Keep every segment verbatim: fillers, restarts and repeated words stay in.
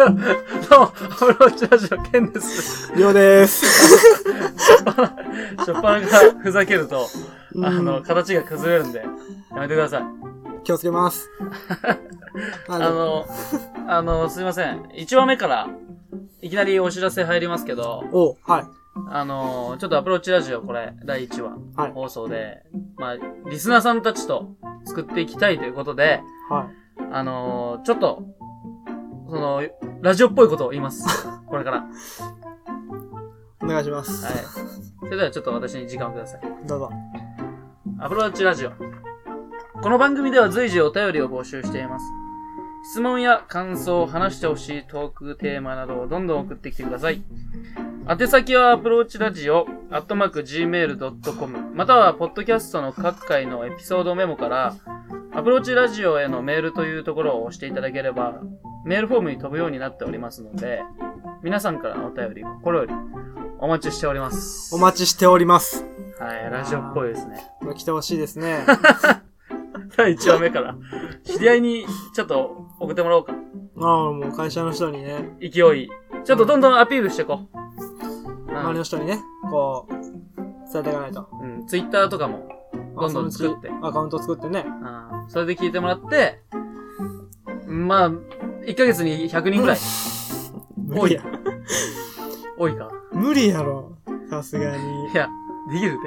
どうも、アプローチラジオケンです。 りょうです。 しょっぱな、しょっぱなからふざけると、あの、形が崩れるんで、やめてください。 気をつけます。 あの、あの、すいません。いちわめから、いきなりお知らせ入りますけど、 お、はい。 あの、ちょっとアプローチラジオ、これ、だいいちわ、 はい、 放送で、まあ、リスナーさんたちと作っていきたいということで、 はい。 あの、ちょっと、その、ラジオっぽいことを言います。これから。 お願いします。 はい。それではちょっと私に時間をください。 どうぞ。 アプローチラジオ。この番組では随時お便りを募集しています。質問や感想、話してほしいトークテーマなどをどんどん送ってきてください。宛先はアプローチラジオ、アットマーク、ジーメールドットコム、または、ポッドキャストの各回のエピソードメモから、アプローチラジオへのメールというところを押していただければ、メールフォームに飛ぶようになっておりますので、皆さんからのお便り、心よりお待ちしております。 お待ちしております。 はい、ラジオっぽいですね。 来てほしいですね。 だいいちわめから、知り合いにちょっと送ってもらおうか。 ああ、もう会社の人にね。 勢い。ちょっとどんどんアピールしていこう。 周りの人にね、こう、伝えていかないと。 うん、ツイッターとかも、どんどん作って。 アカウント作ってね。 うん。それで聞いてもらって、まあ、いっかげつにひゃくにんくらい。 無理や。 多いか。 無理やろ。さすがに。 いや、できるって。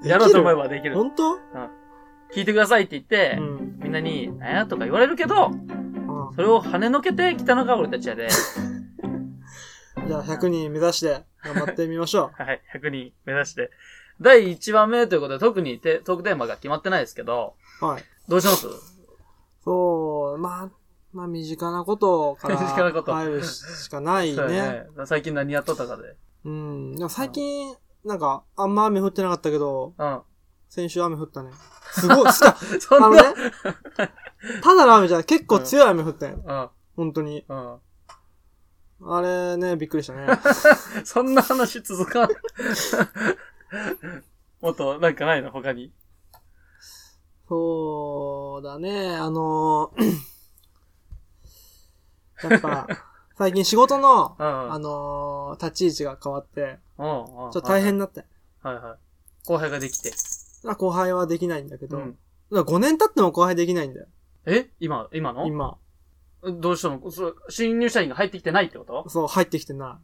やろうと思えばできる。 ほんと？うん。 聞いてくださいって言って、うん、みんなに、なんやとか言われるけど、うん、それを跳ねのけてきたのが俺たちやで。 じゃあひゃくにん目指して頑張ってみましょう。はい、ひゃくにん目指して。だいいちわめということで特にトークテーマが決まってないですけど、はい。どうします？ そう、まあ、まあ身近なことから入るしかないね。ね。 最近何やっとったかで。 うん。でも最近、なんか、あんま雨降ってなかったけど、うん。先週雨降ったね。すごい、した。そんなあのね、ただの雨じゃない、結構強い雨降ったよ。うん。本当に。うん。あれね、びっくりしたね。 そんな話続かん。もっとなんかないの他に。 そうだね、あのー、やっぱ、最近仕事の、うん、あのー、立ち位置が変わって、うん、ちょっと大変になって。 はいはい。後輩ができて。 後輩はできないんだけど、うん、ごねん経っても後輩できないんだよ。 え今、今の今。 どうしたの？そ新入社員が入ってきてないってこと？ そう、入ってきてない。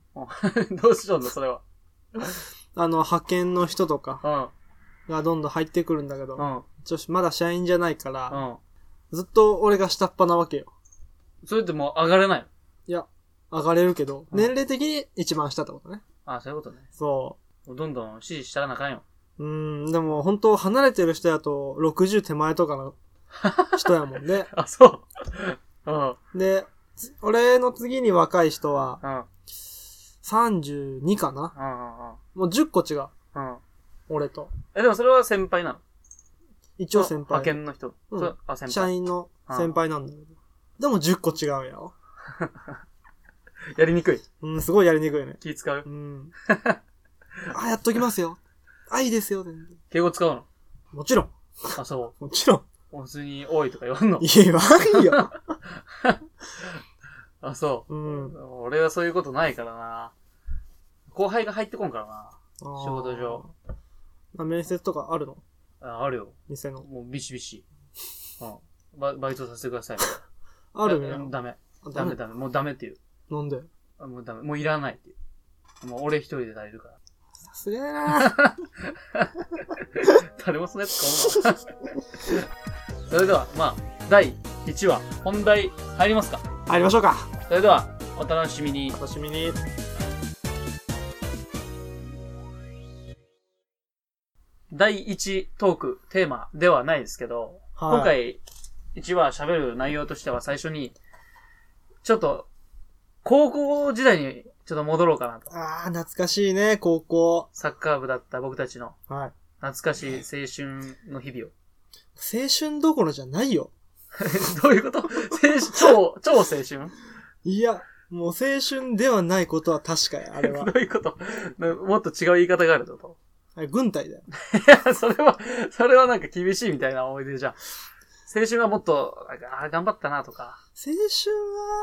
どうしたのそれは。 あの、派遣の人とかがどんどん入ってくるんだけど、うん、ちょまだ社員じゃないから、うん、ずっと俺が下っ端なわけよ。 それってもう上がれないの？ いや、上がれるけど、うん、年齢的に一番下ってことね。 ああ、そういうことね。 そう。 どんどん指示したらなあかんよ。 うーん、でも本当離れてる人やとろくじゅう手前とかの人やもんね。 あ、そう。うん、 で、俺の次に若い人は、うん、さんじゅうにかな、うんうんうん、もうじゅっこ違う。うん、俺と。 え、でもそれは先輩なの？ 一応先輩。 派遣の人。 うん、あ、先輩。社員の先輩なんだけど。でもじゅっこ違うよ。 やりにくい。 うん、すごいやりにくいね。 気使う？ うん。あ、やっときますよ。あ、いいですよ、全然。 敬語使うの？ もちろん。 あ、そう。 もちろん。 普通に多いとか言わんの？ 言わんよ。 あ、そう。うん。俺はそういうことないからな。後輩が入ってこんからな。仕事上。 あ、面接とかあるの？ あ、あるよ。 店の。 もうビシビシ。うん。バ, バイトさせてください。 あるね。 ダメ。ダメダメ。もうダメっていう。 なんで？ あ、もうダメ。もういらないっていう。もう俺一人で足りるから。 さすがやな誰もそんなやつ買うのそれでは、まあ、だいいちわ、本題入りますか？ 入りましょうか。 それでは、お楽しみに。 お楽しみに。 だいいちトーク、テーマではないですけど、はい、今回いちわ喋る内容としては最初に、ちょっと、高校時代にちょっと戻ろうかなと。 ああ、懐かしいね、高校。 サッカー部だった僕たちの。 はい。 懐かしい青春の日々を。 青春どころじゃないよ。 どういうこと？青春、超、超青春？ いや、もう青春ではないことは確かや、あれは。 どういうこと？もっと違う言い方があるってこと？ あれ、軍隊だよ。 いや、それは、それはなんか厳しいみたいな思い出じゃん。青春はもっと、なんか、あ、頑張ったなとか。 青春は、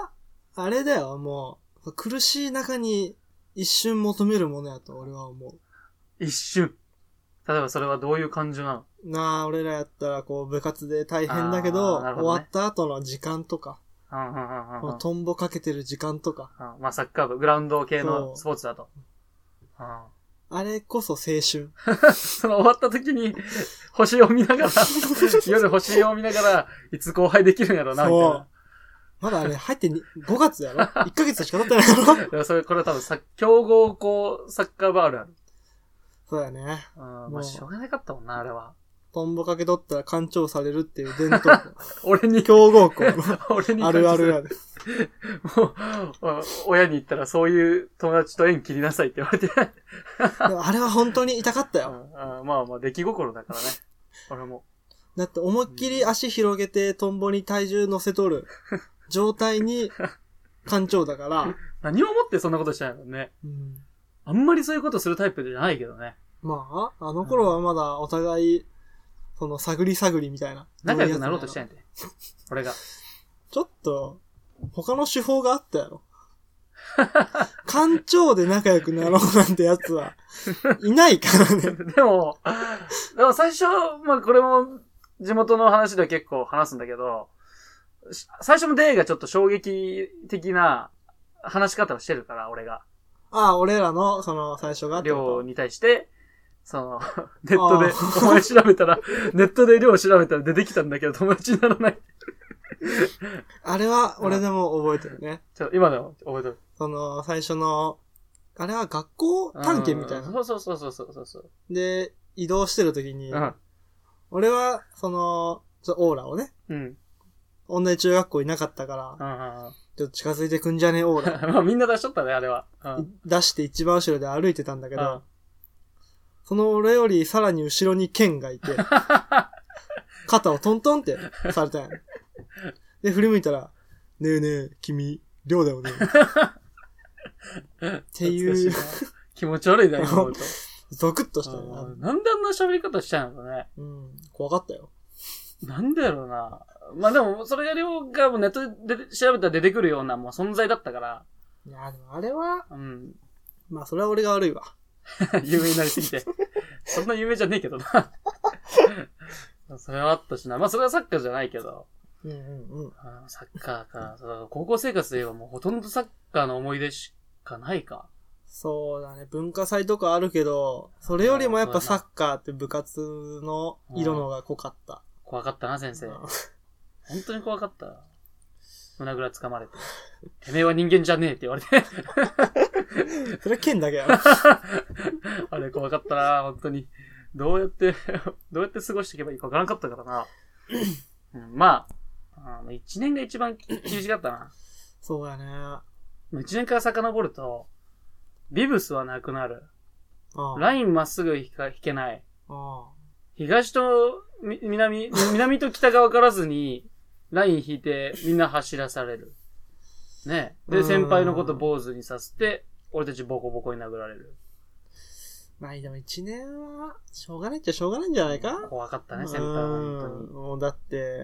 あれだよ、もう、苦しい中に一瞬求めるものやと俺は思う。 一瞬。例えばそれはどういう感じなの？ なあ、俺らやったらこう部活で大変だけど、どね、終わった後の時間とか、うんうんうんうん、トンボかけてる時間とか。 うん、まあサッカー部、グラウンド系のスポーツだと。 うん、あれこそ青春。 その終わった時に星を見ながら、夜星を見ながら、いつ後輩できるんやろな、みたいな。 まだあれ入ってごがつやろ ?いっ ヶ月しか経ってないやろいや、それ、これは多分さ、強豪校サッカー部あるある。 そうやね。 うん、まあ、しょうがなかったもんな、あれは。 トンボかけ取ったら干潮されるっていう伝統。 俺に。 強豪校の。 俺に。 あるあるある。 もう、親に言ったらそういう友達と縁切りなさいって言われて。 でもあれは本当に痛かったよ。 うん、まあまあ、出来心だからね。俺も。 だって思いっきり足広げてトンボに体重乗せとる状態に干潮だから。 何をもってそんなことしないのね。うん。あんまりそういうことするタイプじゃないけどね。 まあ、あの頃はまだお互い、その探り探りみたいな。 仲良くなろうとしたんやで。俺が。 ちょっと、他の手法があったやろ。干潮で仲良くなろうなんてやつは、いないからね。 でも、でも最初、まあこれも地元の話では結構話すんだけど、最初の出会いがちょっと衝撃的な話し方をしてるから、俺が。 ああ、俺らの、その、最初が。 寮に対して、その、ネットで、お前調べたら、ネットで寮調べたら出てきたんだけど友達にならない。 あれは、俺でも覚えてるね。 ちょ、今でも覚えてる。 その、最初の、あれは学校探検みたいな。 そうそうそうそうそうそう。 で、移動してる時に、うん、俺は、その、ちょオーラをね、うん。同じ中学校いなかったから、うんうん、ちょっと近づいてくんじゃねえオーラ。 まあみんな出しとったね、あれは。 うん、出して一番後ろで歩いてたんだけど、うん、その俺よりさらに後ろにケンがいて、肩をトントンってされたんや。で、振り向いたら、ねえねえ、君、寮だよね。っていう。 気持ち悪いな、今思うと。 ゾクッとしたよな。なんであんな喋り方しちゃうのね。 うん。怖かったよ。 なんでやろうな。まあでも、それが寮がネットで調べたら出てくるようなもう存在だったから。 いや、でもあれは、 うん。 まあそれは俺が悪いわ。 有名になりすぎて。そんな有名じゃねえけどな。それはあったしな。まあそれはサッカーじゃないけど。 うんうんうん。 サッカーか。高校生活で言えばもうほとんどサッカーの思い出しかないか。 そうだね。文化祭とかあるけど、それよりもやっぱサッカーって部活の色のが濃かった。 怖かったな、先生。本当に怖かった。胸ぐら掴まれて。てめえは人間じゃねえって言われて。 それ剣だけやろ。 あれ怖かったな、本当に。どうやって、どうやって過ごしていけばいいかわからなかったからな。うん、まあ、あ一年が一番厳しかったな。 そうやね。 一年から遡ると、ビブスはなくなる。ああラインまっすぐ引けない。ああ東と南、南と北が分からずに、ライン引いてみんな走らされる。ね。で、先輩のこと坊主にさせて、俺たちボコボコに殴られる。 まあでも一年は、しょうがないっちゃしょうがないんじゃないか？ 怖かったね、先輩は本当に。 もうだって、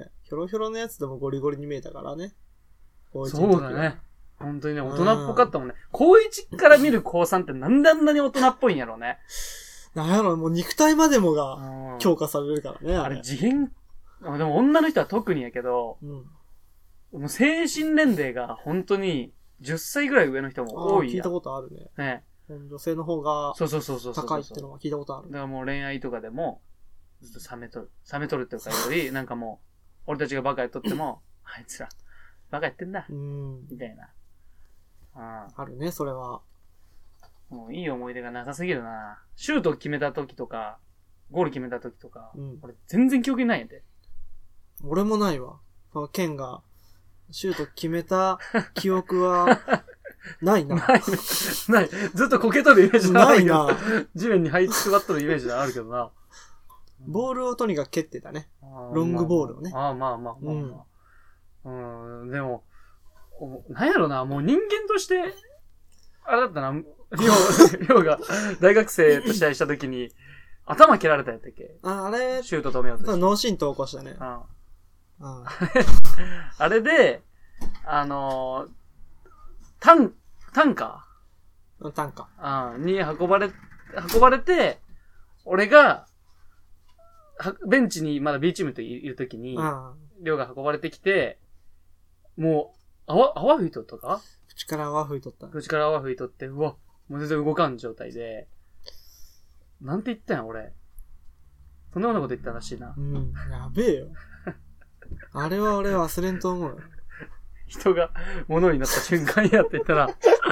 ひょろひょろのやつでもゴリゴリに見えたからね。 そうだね。本当にね、大人っぽかったもんね。高いちから見る高さんってなんであんなに大人っぽいんやろうね。 なんやろ、もう肉体までもが強化されるからね。 あれ、次元、でも女の人は特にやけど、うん、もう精神年齢が本当にじゅっさいぐらい上の人も多いやん。 聞いたことあるね。 ね。 女性の方が高いってのは聞いたことある。 だからもう恋愛とかでも、ずっと冷めとる。冷めとるっていうかより、なんかもう、俺たちがバカやっとっても、あいつら、バカやってんだ。うん。みたいな。 あ, あるね、それは。 もういい思い出がなさすぎるな。シュート決めた時とか、ゴール決めた時とか、うん、俺全然記憶にないんやで。 俺もないわ。ケンが、シュート決めた記憶は、ないな。 ない。ない。ずっとこけとるイメージがある。ないな。 地面に這いつくばっとるイメージがあるけどな。 ボールをとにかく蹴ってたね。ロングボールをね。 ああ、まあまあまあまあ。うん、うんでも、なんやろな、もう人間として、あれだったな、りょう、りょうが大学生と試合した時に、頭蹴られたやったっけ？ あ、あれ、 シュート止めようとして。 脳震盪起こしたね。 あああれで、あのー、 タン、タンカータンカーに運ばれ、運ばれて、俺が、ベンチにまだ B チームといるときに、りょうが運ばれてきて、もう、泡、泡吹いとったか口から泡吹いとった。 口から泡吹いとって、うわ、もう全然動かん状態で、なんて言ったんや、俺。そんなようなこと言ったらしいな。 うん、やべえよ。あれは俺忘れんと思うよ。 人が物になった瞬間やって言ったら、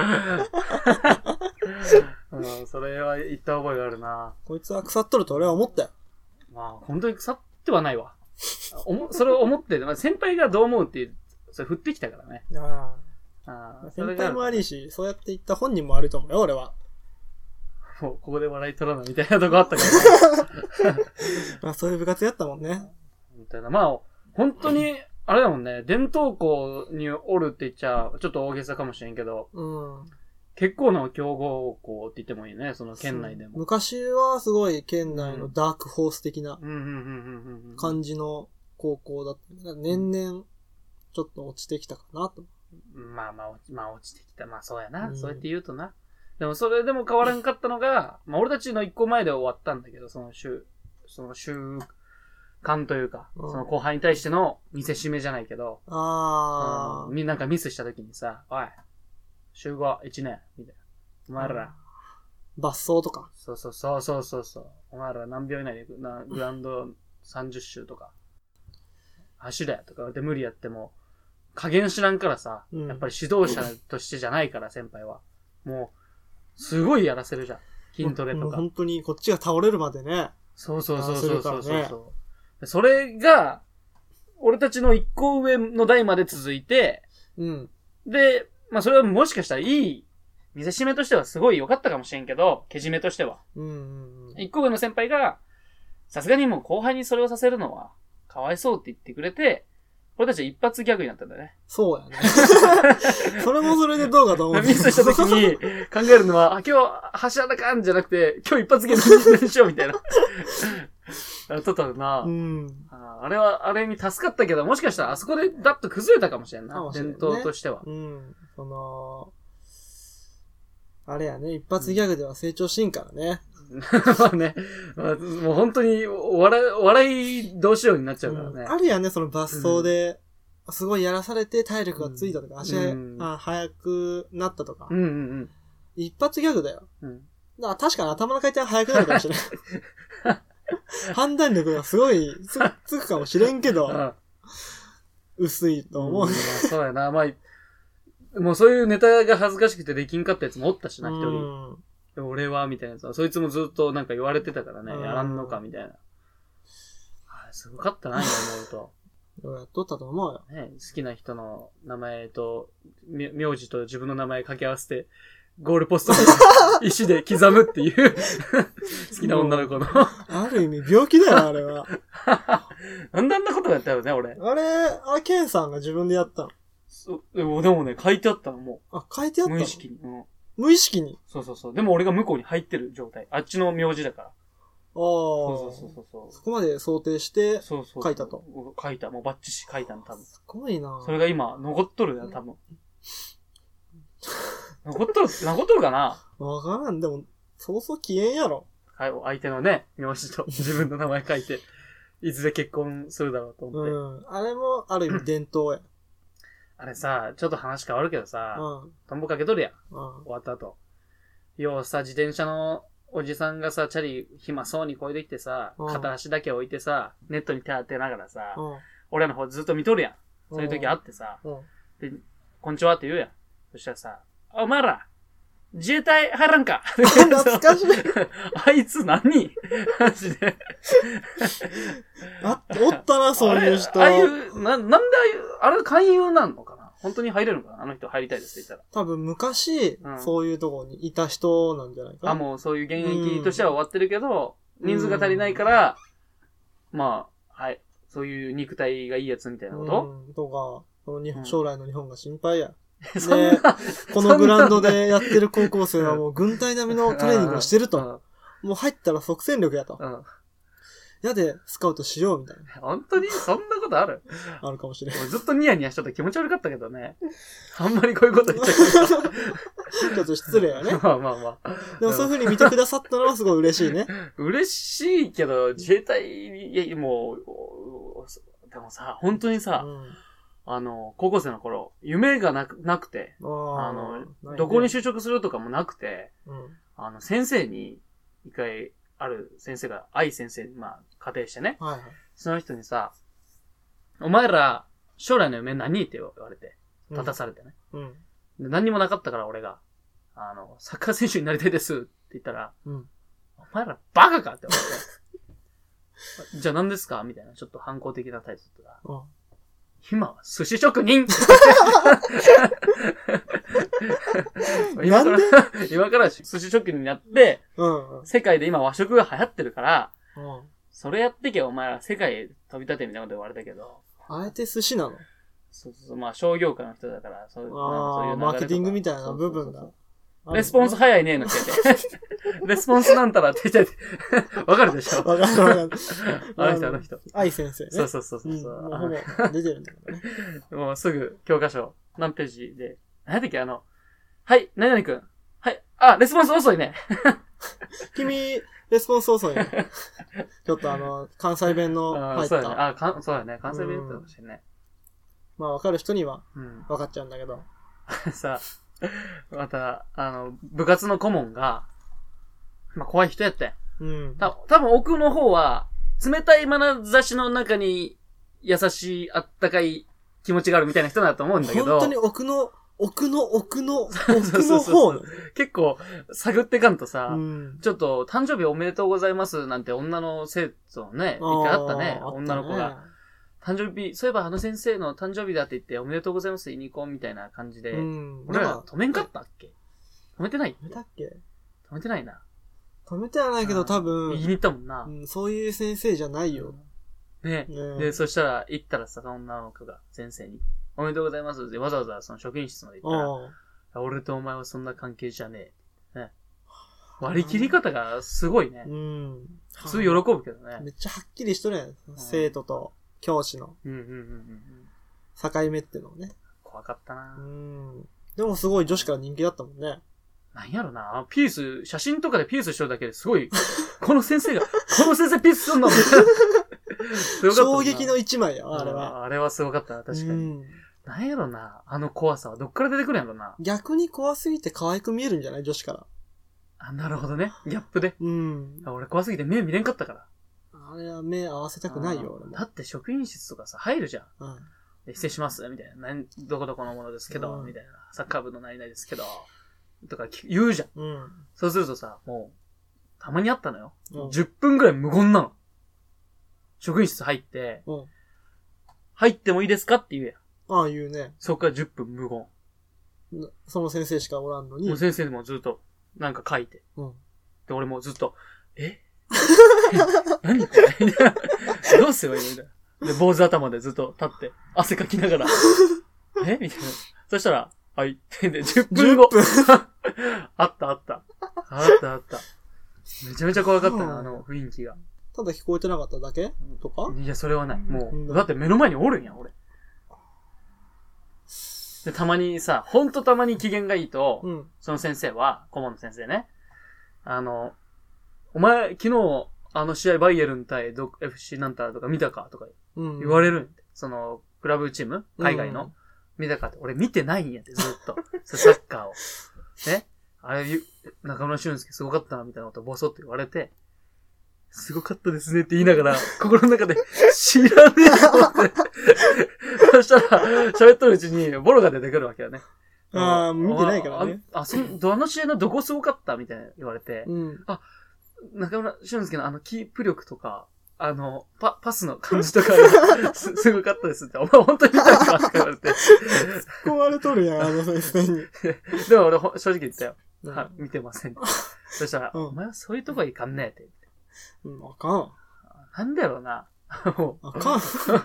うん、それは言った覚えがあるな。 こいつは腐っとると俺は思ったよ。 まあ、本当に腐ってはないわ。おもそれを思って、まあ、先輩がどう思うっていう、それ振ってきたからね。 ああ。先輩も悪いし、そうやって言った本人も悪いと思うよ、俺は。 もう、ここで笑い取らないみたいなとこあったからね。 まあ、そういう部活やったもんね。 みたいな。まあ、本当に、あれだもんね、伝統校におるって言っちゃ、ちょっと大げさかもしれんけど、 うん。 結構な強豪校って言ってもいいね、その県内でも。 昔はすごい県内のダークホース的な感じの高校だった。年々ちょっと落ちてきたかなと。 まあまあ、まあ落ちてきた。まあそうやな。うん、そうやって言うとな。でもそれでも変わらんかったのが、まあ俺たちの一個前で終わったんだけど、その週、その週間というか、うん、その後輩に対しての見せしめじゃないけど、 ああ、 うん、なんかミスした時にさ、おい、集合いちねん、みたいな。お前ら。 抜走とか。 そうそうそうそうそうそう。お前ら何秒以内でなグラウンドさんじゅっ周とか、走れとかで無理やっても、加減知らんからさ、うん、やっぱり指導者としてじゃないから先輩は。もう、すごいやらせるじゃん。筋トレとか。 本当にこっちが倒れるまでね。 そうそうそうそうそうそう、ね。それが、俺たちの一個上の代まで続いて、 うん。 で、まあそれはもしかしたらいい見せしめとしてはすごい良かったかもしれんけど、けじめとしては。 うんうんうん、 一個上の先輩が、さすがにもう後輩にそれをさせるのは、かわいそうって言ってくれて、俺たちは一発ギャグになったんだね。 そうやね。それもそれでどうかと思う。 ミスした時に考えるのは、あ、今日走らなかんじゃなくて、今日一発ギャグにしようみたいな。やっとったな、 うん、 あ。あれは、あれに助かったけど、もしかしたらあそこでだっと崩れたかもしれんな。ね、伝統としては。 うん。その、あれやね、一発ギャグでは成長しんからね。 まあね、まあ、もう本当にお笑い、お笑いどうしようになっちゃうからね。 うん、あるやね、その抜走で、すごいやらされて体力がついたとか、うん、足が、うん、速くなったとか。 うんうんうん、 一発ギャグだよ。 うん、 だから確かに頭の回転速くなるかもしれない。判断力がすごいつ、つくかもしれんけど、うん、薄いと思う、 うん。まあ、そうやな。まあ、もうそういうネタが恥ずかしくてできんかったやつもおったしな、一人。俺は、みたいなやつは。そいつもずっとなんか言われてたからね、やらんのか、みたいな。あれ、すごかったな、今思うと。やっとったと思うよ。 ね、好きな人の名前と、名字と自分の名前掛け合わせて、ゴールポストに石で刻むっていう好きな女の子のある意味病気だよ、あれは。 なんであんなことやったよね、俺。 あれ、あれ、ケンさんが自分でやったの。 そう、でもでもね、書いてあったの、もう。あ、書いてあったの？ 無意識に。うん。 無意識に？ そうそうそう。でも俺が向こうに入ってる状態。あっちの名字だから。ああ。そうそうそうそう。 そこまで想定して、書いたと。 そうそう書いた。もうバッチシ書いたの、多分。 すごいな。 それが今、残っとるよ、多分。残っとる、残っとるかな？ わからん。でも、そうそう消えんやろ。 はい、相手のね、名字と自分の名前書いて、いずれ結婚するだろうと思って。 うん。あれも、ある意味伝統や。 あれさ、ちょっと話変わるけどさ、 うん。 トンボかけとるやん。 うん。 終わった後。ようさ、自転車のおじさんがさ、チャリ暇そうにこいできてさ、うん、片足だけ置いてさ、ネットに手当てながらさ、 うん、 俺らの方ずっと見とるやん。そういう時あってさ、 うん、 で、こんにちはって言うやん。そしたらさ、お前ら、自衛隊入らんか懐かしい。 あいつ何マジで。 あ、おったな、そういう人。 ああいう、な、なんでああいう、あれ勧誘なんのかな本当に入れるのかなあの人入りたいですって言ったら。 多分昔、うん、そういうところにいた人なんじゃないかな。 あ、もうそういう現役としては終わってるけど、うん、人数が足りないから、うん、まあ、はい。そういう肉体がいいやつみたいなこと、 うん、とか、この日本、将来の日本が心配や。で、このグラウンドでやってる高校生はもう軍隊並みのトレーニングをしてると。もう入ったら即戦力やと。 うん、 やでスカウトしようみたいな。 本当にそんなことある？ あるかもしれない。 ずっとニヤニヤしとって気持ち悪かったけどね。あんまりこういうこと言っちゃうけど。 ちょっと失礼やね。 まあまあまあ。 でもそういう風に見てくださったのはすごい嬉しいね。 嬉しいけど、自衛隊に、いや、もう、でもさ、本当にさ、うん、あの、高校生の頃、夢がなく、なくて、あの、ね、どこに就職するとかもなくて、うん、あの、先生に、一回、ある先生が、愛先生に、まあ、仮定してね、はいはい、その人にさ、お前ら、将来の夢何って言われて、立たされてね。うんうん、で何にもなかったから俺が、あの、サッカー選手になりたいですって言ったら、うん、お前らバカかって思って。じゃあ何ですかみたいな、ちょっと反抗的な態度だったら、うん、今は寿司職人今から、今から寿司職人になって、うんうん、世界で今和食が流行ってるから、うん、それやってけお前ら世界飛び立てみたいなこと言われたけど。 あえて寿司なの？ そうそう、まあ商業界の人だから、そういう、そういうマーケティングみたいな部分だ。 レスポンス早いねえのって言って。レスポンスなんたらって言って。わかるでしょ？わかるわかる。あの人、あの人。 愛先生ね。 そうそうそうそう。うん、 もうほぼ出てるんだからね。 もうすぐ教科書、何ページで。何だっけあの、はい、何々くん。はい、あ、レスポンス遅いね。 君、レスポンス遅いね。ちょっとあの、関西弁の入った。 そうだね。あ、かそうだね。関西弁だったかもしれない。 まあわかる人には、わかっちゃうんだけど。 うん、さあ、また、あの、部活の顧問が、まあ、怖い人やって。うん。た、多分奥の方は、冷たい眼差しの中に、優しい、あったかい気持ちがあるみたいな人だと思うんだけど。 本当に奥の、奥の奥の、奥の方の。 結構、探ってかんとさ、うん、ちょっと、誕生日おめでとうございますなんて女の生徒ね、一回あったね、女の子が。誕生日、そういえばあの先生の誕生日だって言っておめでとうございます言いに行こうみたいな感じで。うん。俺ら止めんかったっけ？止めてないっけ？ 止めたっけ？ 止めてないな。 止めてはないけど多分。 言いに行ったもんな。 うん、そういう先生じゃないよ。 ね。ねで、そしたら行ったらさ、女の子が先生におめでとうございますってわざわざその職員室まで行ったら、俺とお前はそんな関係じゃねえ。ね。割り切り方がすごいね。うん。普通喜ぶけどね。 めっちゃはっきりしとるやん。生徒と。教師の。うんうんうんうん。境目ってのをね。 怖かったな。 うん。でもすごい女子から人気だったもんね。 なんやろな。ピース、写真とかでピースしてるだけですごい、この先生が、この先生ピースすんのみたいな。 衝撃の一枚や、あれは。 あれはすごかったな、確かに。なんやろな。あの怖さはどっから出てくるんやろな。 逆に怖すぎて可愛く見えるんじゃない女子から。 あ、なるほどね。ギャップで。うん。俺怖すぎて目見れんかったから。 あれは目合わせたくないよ、俺も。 だって職員室とかさ、入るじゃん。うん。で失礼しますみたいな。どこどこのものですけど、うん、みたいな。サッカー部の何々ですけど、とか言うじゃん。うん。そうするとさ、もう、たまにあったのよ。うん、じゅっぷんくらい無言なの。職員室入って、うん。入ってもいいですかって言うやん。 ああ、言うね。 そっからじゅっぷん無言。 その先生しかおらんのに。 もう先生もずっと、なんか書いて。うん。で、俺もずっと、え何これどうすればいいんだよ。で、坊主頭でずっと立って、汗かきながら、えみたいな。そしたら、はい。で、じゅっぷんご。あったあった。あったあった。めちゃめちゃ怖かったな、あの雰囲気が。 ただ聞こえてなかっただけとかいや、それはない。もう、だって目の前におるんや、俺。で、たまにさ、ほんとたまに機嫌がいいと、うん、その先生は、顧問の先生ね。あの、お前、昨日、あの試合バイエルン対ド エフシー なんたらとか見たかとか言われるんで、うん、その、クラブチーム海外の、うん、見たかって、俺見てないんやって、ずっと。サッカーを。ねあれ、中村俊輔すごかったな、みたいなことボソッと言われて、すごかったですねって言いながら、心の中で、知らねえと思って。そしたら、喋っとるうちに、ボロが出てくるわけよね。 ああ、見てないからね。 あ、あ、その、あの試合のどこすごかったみたいな言われて、うん、あ、中村俊輔のあのキープ力とか、あの、パ、パスの感じとかす、すごかったですって、お前本当に見たのかって言われて。突っ込まれとるやん、あの先生に。 でも俺正直言ったよ。うん、は見てません。そしたら、うん、お前はそういうとこいかんねえって言って。 うん、あかん。 なんだろうな。 あかん。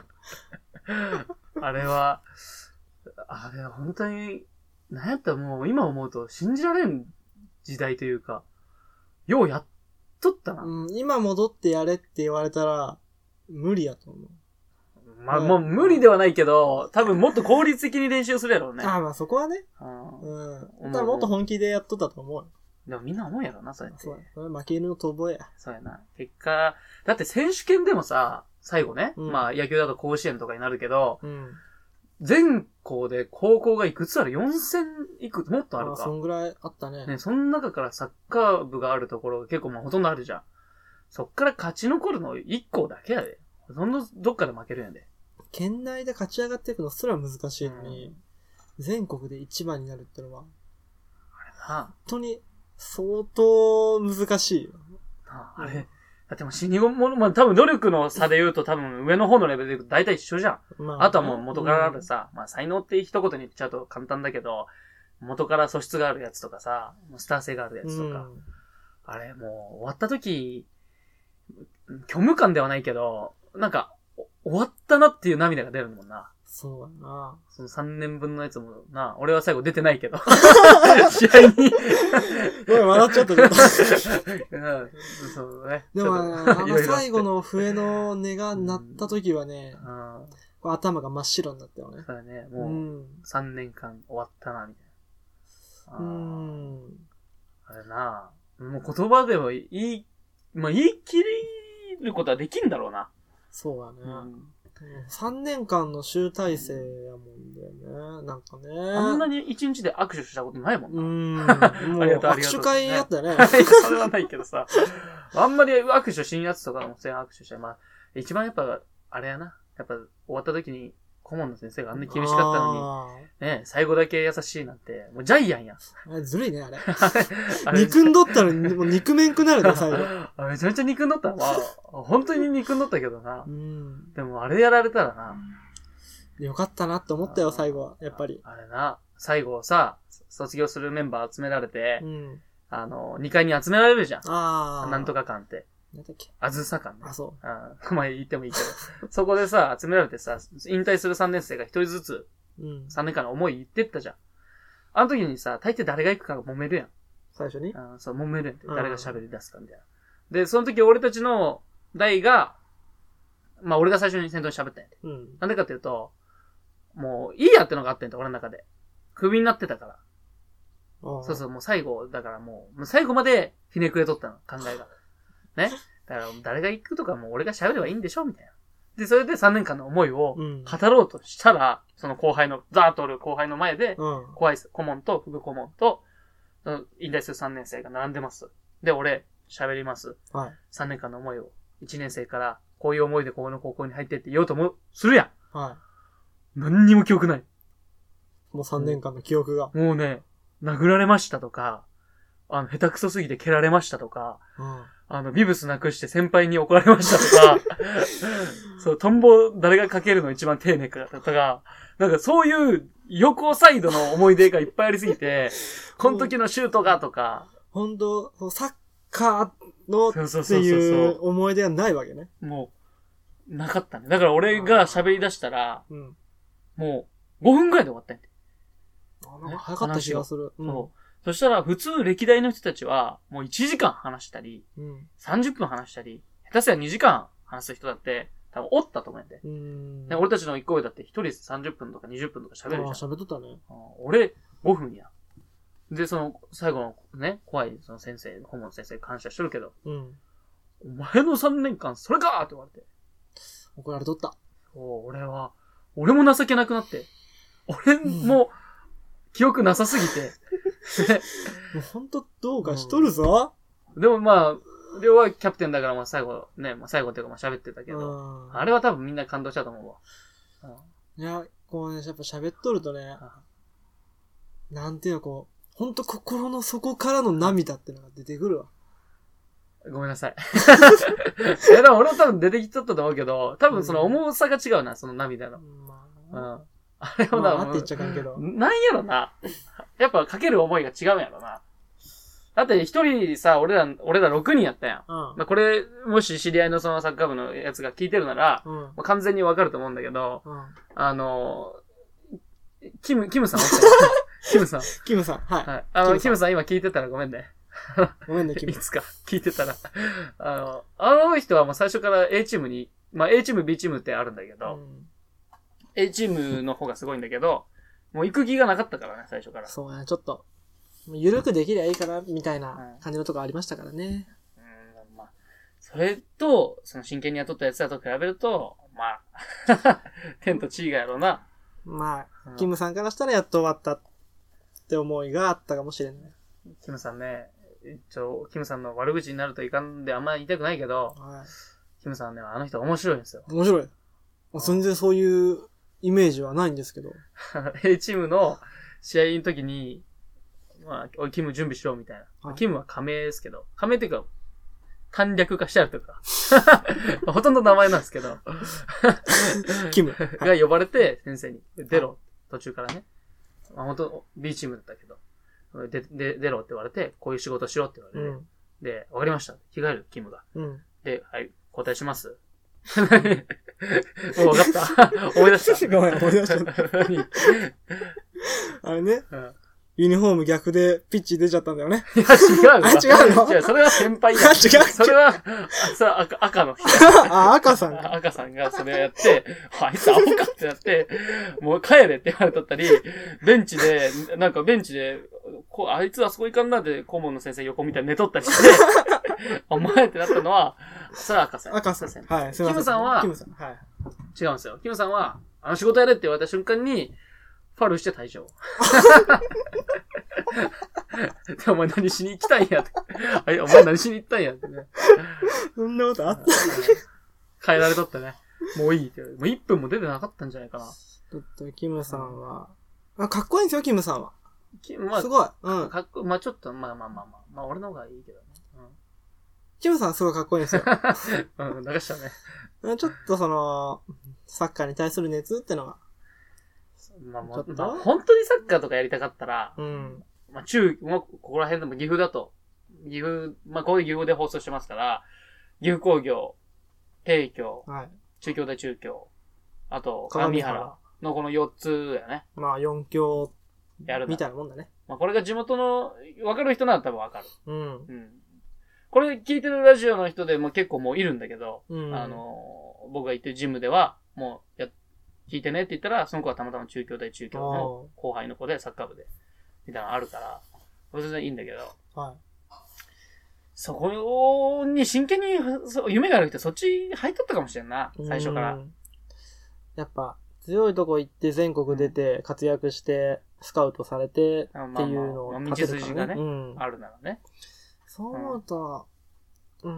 あれは、あれは本当に、なんやったらもう今思うと信じられん時代というか、ようやっとったな。 うん、今戻ってやれって言われたら、無理やと思う。 まあ、もう無理ではないけど、多分もっと効率的に練習するやろうね。 ああ、まあそこはね。うん。ただもっと本気でやっとったと思うよ。 でもみんな思うやろな、それって。 そうや。それ負けるの遠吠えや。 そうやな。結果、だって選手権でもさ、最後ね、 うん、 まあ野球だと甲子園とかになるけど、 うん、 全校で高校がいくつある ?よんせん いくつもっとあるか。あ、 そんぐらいあったね。 ね、その中からサッカー部があるところが結構まあほとんどあるじゃん。そっから勝ち残るのいっ校だけやで。ほとんどどっかで負けるんやで。 県内で勝ち上がっていくのすら難しいのに、うん、全国で一番になるってのは、 あれな。 本当に相当難しいよ。 ああれ、だってもう死に物、まあ多分努力の差で言うと多分上の方のレベルで言うと大体一緒じゃん。まあ、あとはもう元からあるさ、うん、まあ才能って一言に言っちゃうと簡単だけど、元から素質があるやつとかさ、スター性があるやつとか、うん、あれもう終わった時、虚無感ではないけど、なんか、終わったなっていう涙が出るもんな。 そうやな。 そのさんねんぶんのやつもな、俺は最後出てないけど。試合に。 ごめん、笑っちゃったけど。 そうね。 でも、あの最後の笛の音が鳴った時はね、うん、頭が真っ白になったよね。 そうだね。もう、さんねんかん終わったな、みたいな。うん。あれな、もう言葉でもいい、まあ言い切ることはできんだろうな。 そうやね。うんさんねんかんの集大成やもんだよね。なんかね。 あんなにいちにちで握手したことないもんな。 うーん。もう握手会やったね。 それはないけどさ。あんまり握手しんやつとかも全然握手したい。まあ、一番やっぱ、あれやな。やっぱ終わった時に、顧問の先生があんなに厳しかったのに、ね、最後だけ優しいなんて、もうジャイアンやん。 あれずるいね、あれ。あれ憎んどったら、もう憎めんくなるね、最後。 あめちゃめちゃ憎んどった。まあ、本当に憎んどったけどな。うん、でもあれやられたらな。 よかったなって思ったよ、最後は。やっぱり。 あれな、最後さ、卒業するメンバー集められて、うん、あの、にかいに集められるじゃん。ああ。なんとか館って。 なんだっけあずさ館ね。 あ、そう。 ああ、まあ言ってもいいけど。そこでさ、集められてさ、引退するさんねん生が一人ずつ、さんねんかんの思い言ってったじゃん。あの時にさ、大抵誰が行くかが揉めるやん。 最初にあそう、揉めるやんって。誰が喋り出すかみたいな。で、その時俺たちの代が、まあ俺が最初に先頭に喋ったんやて。うん。なんでかっていうと、もういいやってのがあってんて、俺の中で。クビになってたから。そうそう、もう最後、だからもう、もう最後までひねくれとったの、考えが。ね。だから誰が行くとかもう俺が喋ればいいんでしょみたいな。で、それでさんねんかんの思いを語ろうとしたら、うん、その後輩の、ザーッとおる後輩の前で、うん、怖い顧問と副顧問と、引退するさんねん生が並んでます。で、俺、喋ります。はい。さんねんかんの思いを、いちねん生からこういう思いでここの高校に入ってって言おうともするやん。はい。何にも記憶ない。 もうさんねんかんの記憶が。 もうね、殴られましたとか、あの、下手くそすぎて蹴られましたとか、うん、あの、ビブスなくして先輩に怒られましたとか、そう、トンボ誰がかけるの一番丁寧かとか、なんかそういう横サイドの思い出がいっぱいありすぎて、この時のシュートがとか、 本当サッカーのっていう思い出はないわけね。 もう、なかったね。だから俺が喋り出したら、うん、もうごふんぐらいで終わったんやて。 あ、なんか早かった気がする。 うん、そう。そしたら普通歴代の人たちはもういちじかん話したり、うん、さんじゅっぷん話したり、下手すりゃにじかん話す人だって多分おったと思うんで。うんで俺たちの一個上だって一人さんじゅっぷんとかにじゅっぷんとか喋るじゃん。ああ、 喋っとったね。 俺ごふんや。で、その最後のね、怖いその先生、顧問先生感謝してるけど、うん、お前のさんねんかんそれかーって言われて。 怒られとった。 そう、俺は、俺も情けなくなって。俺も、うん記憶なさすぎて。 もうほんとどうかしとるぞ。 うん、でもまあ、りょうはキャプテンだからまあ最後ね、まあ最後っていうかまあ喋ってたけど、あれは多分みんな感動したと思うわ。うん、いや、こうね、やっぱ喋っとるとね、なんていうのこう、ほんと心の底からの涙ってのが出てくるわ。 ごめんなさい。いやでも俺も多分出てきちゃったと思うけど、多分その重さが違うな、その涙の。まあうんあれもな、 まあ、あって言っちゃかんけど。 なんやろな。やっぱかける思いが違うんやろな。だって一人さ、俺ら、俺らろくにんやったやん。うん、まあ、これ、もし知り合いのそのサッカー部のやつが聞いてるなら、うんまあ、完全にわかると思うんだけど、うん、あの、キム、キムさんおったやん。キムさん。 キムさん。はい。はい、 あの、キムさん今聞いてたらごめんね。 ごめんね、キム。 いつか聞いてたら。あの、あの人はもう最初から A チームに、まあ A チーム、B チームってあるんだけど、うん、A チームの方がすごいんだけど、もう行く気がなかったからね、最初から。 そうね、ちょっと、ゆるくできりゃいいかな、みたいな感じのとこありましたからね。 うん、うん、まあ、それと、その真剣に雇ったやつらと比べると、まあ、天と地がやろうな。 まあ、うん、キムさんからしたらやっと終わったって思いがあったかもしれない。 キムさんね、一応、キムさんの悪口になるといかんであんまり言いたくないけど、はい、キムさんね、あの人面白いんですよ。 面白い。全然そういうイメージはないんですけど。 A チームの試合の時に、まあ、おい、キム準備しろみたいな。はい、キムは仮名ですけど、仮名っていうか、簡略化してあるというか、ほとんど名前なんですけど、 キムが呼ばれて先生に、出ろ、途中からね。まあ、本当 B チームだったけど、で、で、出ろって言われて、こういう仕事しろって言われて、うん、で、わかりました。着替える、キムが。うん、で、はい、交代します。もう分かった思い出した。 ごめん、思い出した。あれね。うんユニフォーム逆でピッチ出ちゃったんだよね。 いや、違うの。 あ、違うの違う、それは先輩や。 あ、違う。 それは、あ、それは赤、赤の人。 あ、赤さん。 赤さんがそれをやって、あいつアホかってなって、もう帰れって言われとったり、ベンチで、なんかベンチで、こあいつあそこ行かんなって顧問の先生横見たら寝とったりして、お前ってなったのは、それは赤さん。 赤さん。はい、 すいません。キムさんは、 キムさん。はい。 違うんですよ。キムさんは、あの仕事やれって言われた瞬間に、ファウルして退場。お前何しに行きたいんやって。お前何しに行ったんやってね。 そんなことあった変えられとったね。もういいって。もういっぷんも出てなかったんじゃないかな。 ちょっと、キムさんは、あ、かっこいいんですよ、キムさんは。まあ、すごい。うん。 かっこ、まあちょっと、まあまあまあまあ。まあ俺の方がいいけどね。うん、 キムさんすごいかっこいいんですよ。 うん、流したね。 ちょっとその、サッカーに対する熱ってのが。 まあもう、まあ、本当にサッカーとかやりたかったら、うん。まあ中、もうここら辺でも岐阜だと、岐阜、まあこういう岐阜で放送してますから、岐阜工業、帝京、はい、中京大中京、あと、上原のこのよっつやね。 まあよん強やるみたいなもんだね。 まあこれが地元の、わかる人なら多分わかる。うん。うん。これ聞いてるラジオの人でも結構もういるんだけど、うん、あの、僕が行ってるジムでは、もうや、聞いてねって言ったら、その子はたまたま中京大中京の後輩の子でサッカー部で、みたいなのあるから、全然いいんだけど、はい、そこに真剣に夢がある人そっち入っとったかもしれんな、最初から。 やっぱ、強いとこ行って全国出て活躍して、スカウトされてっていうのを立てるからね。道筋がね、うん、あるならね。 そう思うと、うん、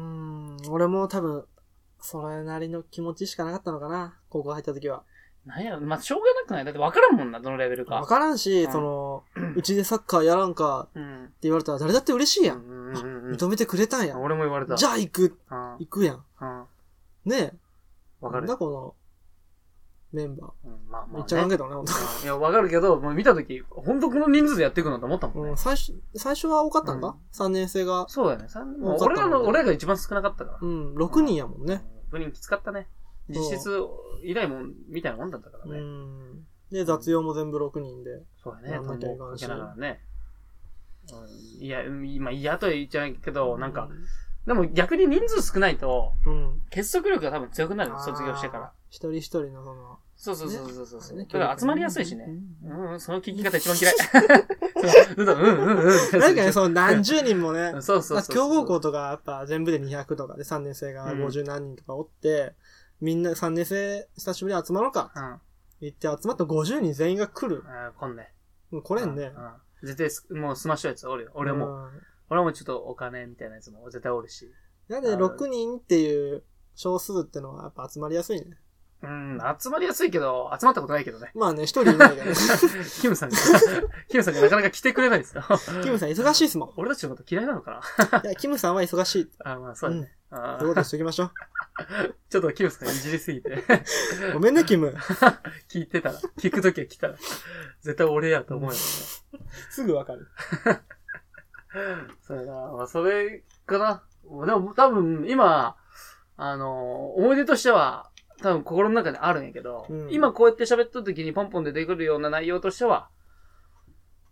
ーん、俺も多分、それなりの気持ちしかなかったのかな、高校入った時は。 なんやろ、まあ、しょうがなくない？だって分からんもんな、どのレベルか。 分からんし、うん、その、うちでサッカーやらんか、って言われたら誰だって嬉しいやん。うんうんうん、認めてくれたんやん。 俺も言われた。 じゃあ行く、うん、行くやん。うん、ねえ。 分かる。 なんだこの、メンバー。うんまあまあね、めっちゃ考えたね、ほんと。 いや、分かるけど、もう見たとき、ほんとこの人数でやっていくのと思ったもんね。 うん、最初、最初は多かったんか、うん、さんねん生が。 そうだよね。もう俺らの、俺らが一番少なかったから。 うん、ろくにんやもんね。 ろくにんきつかったね。実質以来も、みたいなもんだったからね。うん。で、雑用も全部ろくにんで。 そうだね。やんなきゃいかんし。ながらね。うん、いや、今嫌とは言っちゃうけど、うん、なんか、でも逆に人数少ないと、うん、結束力が多分強くなる、卒業してから。 一人一人のその、 そうそうそうそうそう、ね。だから集まりやすいしね。うん、うん、その聞き方一番嫌い。うんうんうん。 なんかね、その何十人もね、 そうそうそう。 強豪校とかやっぱ全部でにひゃくとかでさんねん生がごじゅう何人とかおって、うん、みんなさんねん生久しぶりに集まろうか。うん。言って集まったごじゅうにん全員が来る。 ああ、来んね。 もう来れんね。 うん。うん、絶対もう済ましちゃうやつおるよ。俺も。うん、俺もちょっとお金みたいなやつも絶対おるし。 なんでろくにんっていう少数ってのはやっぱ集まりやすいね。 うん、集まりやすいけど、集まったことないけどね。 まあね、一人いないけどね。 キムさんが、キムさんがなかなか来てくれないですよ。 キムさん忙しいっすもん。 俺たちのこと嫌いなのかな。いや、キムさんは忙しい。 あ、まあそうだね。 うん、そういうことしときましょう。 ちょっとキムさんいじりすぎて。 ごめんね、キム。 聞いてたら、聞くときは来たら、絶対俺やと思うよね。 すぐわかる。 そうやな。まあ、それかな。でも多分、今、あの、思い出としては、多分心の中であるんやけど、うん、今こうやって喋った時にポンポンで出てくるような内容としては、まあ、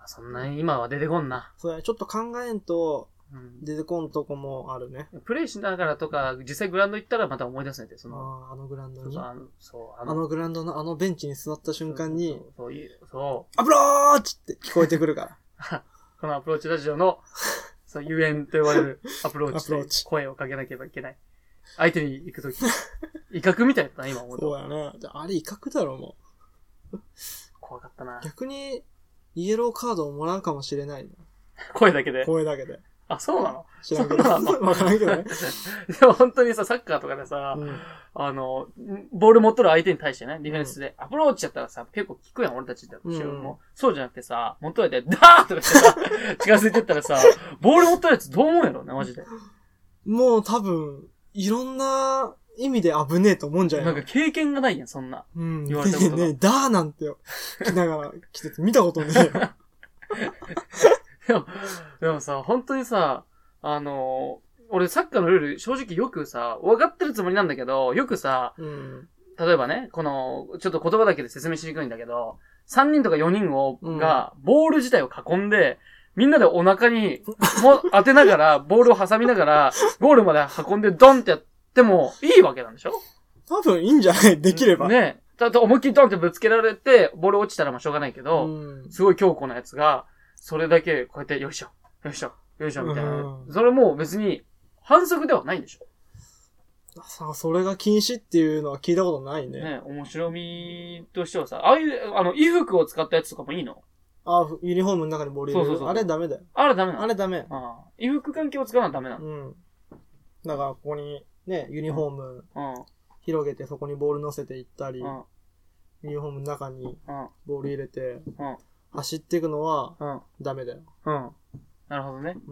そんなに今は出てこんな。 そうや、ちょっと考えんと、出てこんとこもあるね。 プレイしながらとか、実際グラウンド行ったらまた思い出すねって、その。ああ、あのグラウンドに。 あの、そう、 あの、あのグラウンドのあのベンチに座った瞬間に、 そういう、そう。 アプローチって聞こえてくるから。 このアプローチラジオの、そう、ゆえんと呼ばれるアプローチで声をかけなければいけない。相手に行くとき。威嚇みたいだったな、今思うと。 そうやね。あれ威嚇だろ、もう。怖かったな。 逆に、イエローカードをもらうかもしれない、ね。 声だけで。 声だけで。 あ、そうなの？ 知らんけど。わからんけどね。 でも本当にさ、サッカーとかでさ、うん、あの、ボール持っとる相手に対してね、ディフェンスで、うん、アプローチやったらさ、結構効くやん、俺たちって。うん、もうそうじゃなくてさ、持っとるやつで、ダーッとかしてさ、近づいてったらさ、ボール持っとるやつどう思うやろね、マジで。 もう多分、いろんな意味で危ねえと思うんじゃないの？ なんか経験がないやん、そんな。 うん。言われたことが。ねえ、ダーなんてよ。来ながら来てて見たことねえよ。 でも、でもさ、本当にさ、あのー、俺サッカーのルール正直よくさ、分かってるつもりなんだけど、よくさ、うん、例えばね、この、ちょっと言葉だけで説明しにくいんだけど、さんにんとかよにんを、うん、が、ボール自体を囲んで、みんなでお腹にも当てながら、ボールを挟みながら、ゴールまで運んでドンってやってもいいわけなんでしょ？ 多分いいんじゃない？できれば。 ね。だって思いっきりドンってぶつけられて、ボール落ちたらまあしょうがないけど、うん、すごい強固なやつが、それだけこうやって、よいしょ、よいしょ、よいしょ、みたいな。うん、それも別に反則ではないんでしょ？ さあ、それが禁止っていうのは聞いたことないね。 ね、面白みとしてはさ、ああいう、あの、衣服を使ったやつとかもいいの？ あ、ユニフォームの中にボール入れる。そうそうそう。あれダメだよ。 あれダメなの？ あれダメ。 ああ。衣服関係を使うのはダメなの？ うん。だから、ここに、ね、ユニフォーム、うん、広げてそこにボール乗せていったり、うん、ユニフォームの中にボール入れて、うん、走っていくのは、ダメだよ。 うん。なるほどね。うん。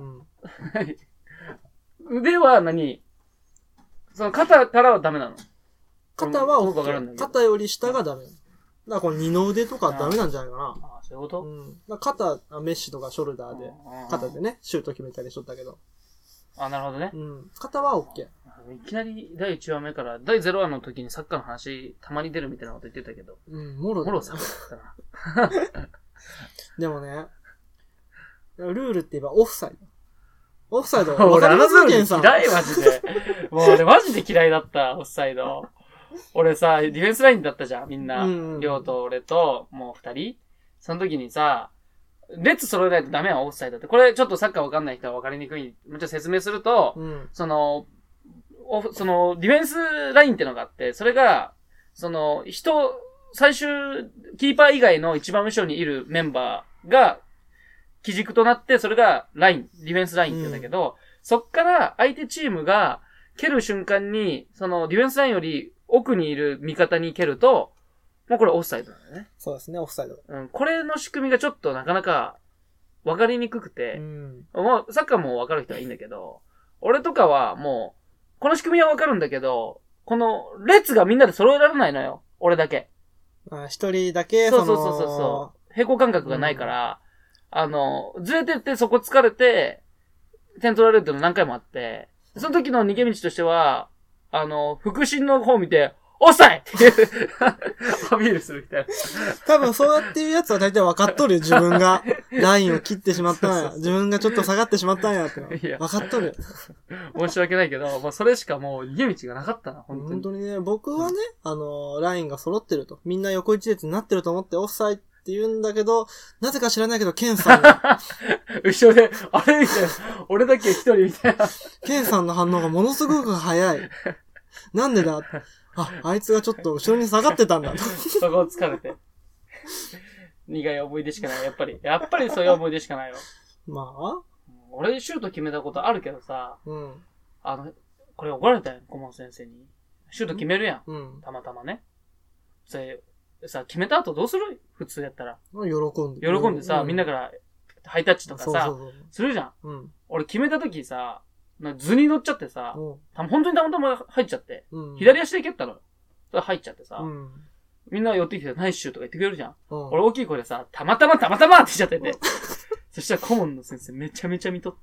腕は何？その肩からはダメなの？ 肩は OK。肩より下がダメ。だからこの二の腕とかダメなんじゃないかな。 ああ、そういうこと？うん。 だ肩、メッシとかショルダーで、肩でね、シュート決めたりしとったけど。 あ、なるほどね。 うん。肩は OK。 いきなりだいいちわめからだいゼロわの時にサッカーの話たまに出るみたいなこと言ってたけど。 うん、もろだ。もろさだったな。 でもね、ルールって言えばオフサイド。オフサイド。 俺あのルール嫌いマジで。もう俺マジで嫌いだった、オフサイド。俺さ、ディフェンスラインだったじゃん、みんな。りょうと俺と、もう二人。その時にさ、列揃えないとダメやん、オフサイドって。これちょっとサッカーわかんない人はわかりにくい。もちろん説明すると、うん、その、オフ、その、ディフェンスラインってのがあって、それが、その、人、最終、キーパー以外の一番後ろにいるメンバーが、基軸となって、それがライン、ディフェンスラインって言うんだけど、うん、そっから相手チームが蹴る瞬間に、そのディフェンスラインより奥にいる味方に蹴ると、もうこれオフサイドなんだね。 そうですね、オフサイド。 うん、これの仕組みがちょっとなかなか分かりにくくて、うん、まあ、サッカーも分かる人はいいんだけど、俺とかはもう、この仕組みは分かるんだけど、この列がみんなで揃えられないのよ。俺だけ。 あ、一人だけ、 そうそうそうそうそう。平行感覚がないから、うん、あの、ずれてってそこ疲れて、点取られるっての何回もあって、その時の逃げ道としては、あの、腹心の方を見て、押さえってアピールするみたいな。 多分そうやっていうやつは大体分かっとるよ、自分が。ラインを切ってしまったんや。自分がちょっと下がってしまったんやっての。分かっとる。 申し訳ないけど、まあ、それしかもう逃げ道がなかったな、本当に。 本当にね、僕はね、あの、ラインが揃ってると。みんな横一列になってると思ってオフサイって言うんだけど、なぜか知らないけど、ケンさんが。 後ろで、あれみたいな。俺だけ一人みたいな。 ケンさんの反応がものすごく早い。なんでだあ、あいつがちょっと後ろに下がってたんだと。 そこを疲れて。苦い思い出しかない。やっぱり。やっぱりそういう思い出しかないよ。 まあ俺シュート決めたことあるけどさ、うん、あの、これ怒られたよ、顧問先生に。シュート決めるやん。うん、たまたまね。それ、さ、決めた後どうする？普通やったら。 喜んで。 喜んでさ、うん、みんなからハイタッチとかさ、そうそうそうするじゃん。 うん、 俺決めた時さ、図に乗っちゃってさ、うん、本当にたまたま入っちゃって、うん、左足で蹴ったの。それ入っちゃってさ、うん、みんな寄ってきてナイスシューとか言ってくれるじゃん。うん、俺大きい声でさ、たまたまたまたまって言っちゃってて。そしたら顧問の先生めちゃめちゃ見とって。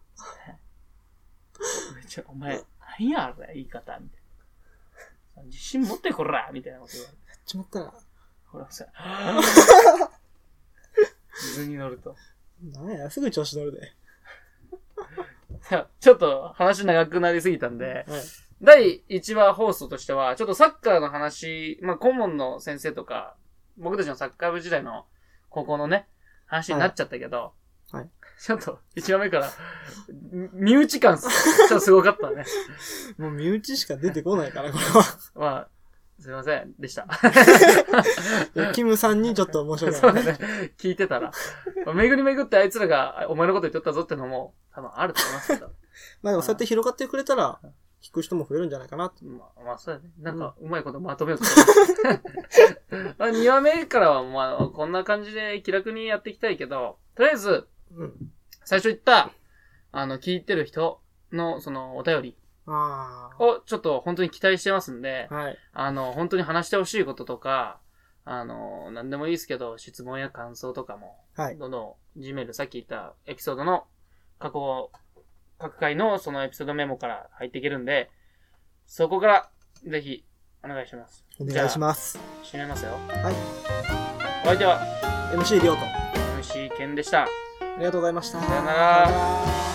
めちゃ、お前、何やあれ言い方みたいな。自信持ってこらみたいなこと言われて。 やっちまったな。 ほらさ、 図に乗ると。 なんや、すぐ調子乗るで。 いや、ちょっと話長くなりすぎたんで、はい、だいいちわ放送としては、ちょっとサッカーの話、まあ顧問の先生とか、僕たちのサッカー部時代の高校のね、話になっちゃったけど、はい。はい、ちょっといちわめから、身内感ちょっとすごかったね。 もう身内しか出てこないから、これは。 まあ、すいませんでした。 キムさんにちょっと面白い、ね。そうだね。 聞いてたら。巡り巡ってあいつらがお前のこと言っとったぞってのも多分あると思いますけど。 まあでもそうやって広がってくれたら、聞く人も増えるんじゃないかなって。 まあ、まあそうだね。なんか、うまいことまとめようと思って。にわめからはまあ、こんな感じで気楽にやっていきたいけど、とりあえず、うん、最初言った、あの、聞いてる人の、その、お便り。をちょっと本当に期待してますんで、はい、あの、本当に話してほしいこととか、あの、なんでもいいですけど、質問や感想とかも、はい、どんどん Gmail さっき言ったエピソードの過去、各回のそのエピソードメモから入っていけるんで、そこからぜひお願いします。 お願いします。 締めますよ。 はい。 お相手はエムシー りょうとエムシー ケンでした。ありがとうございました。 さよなら。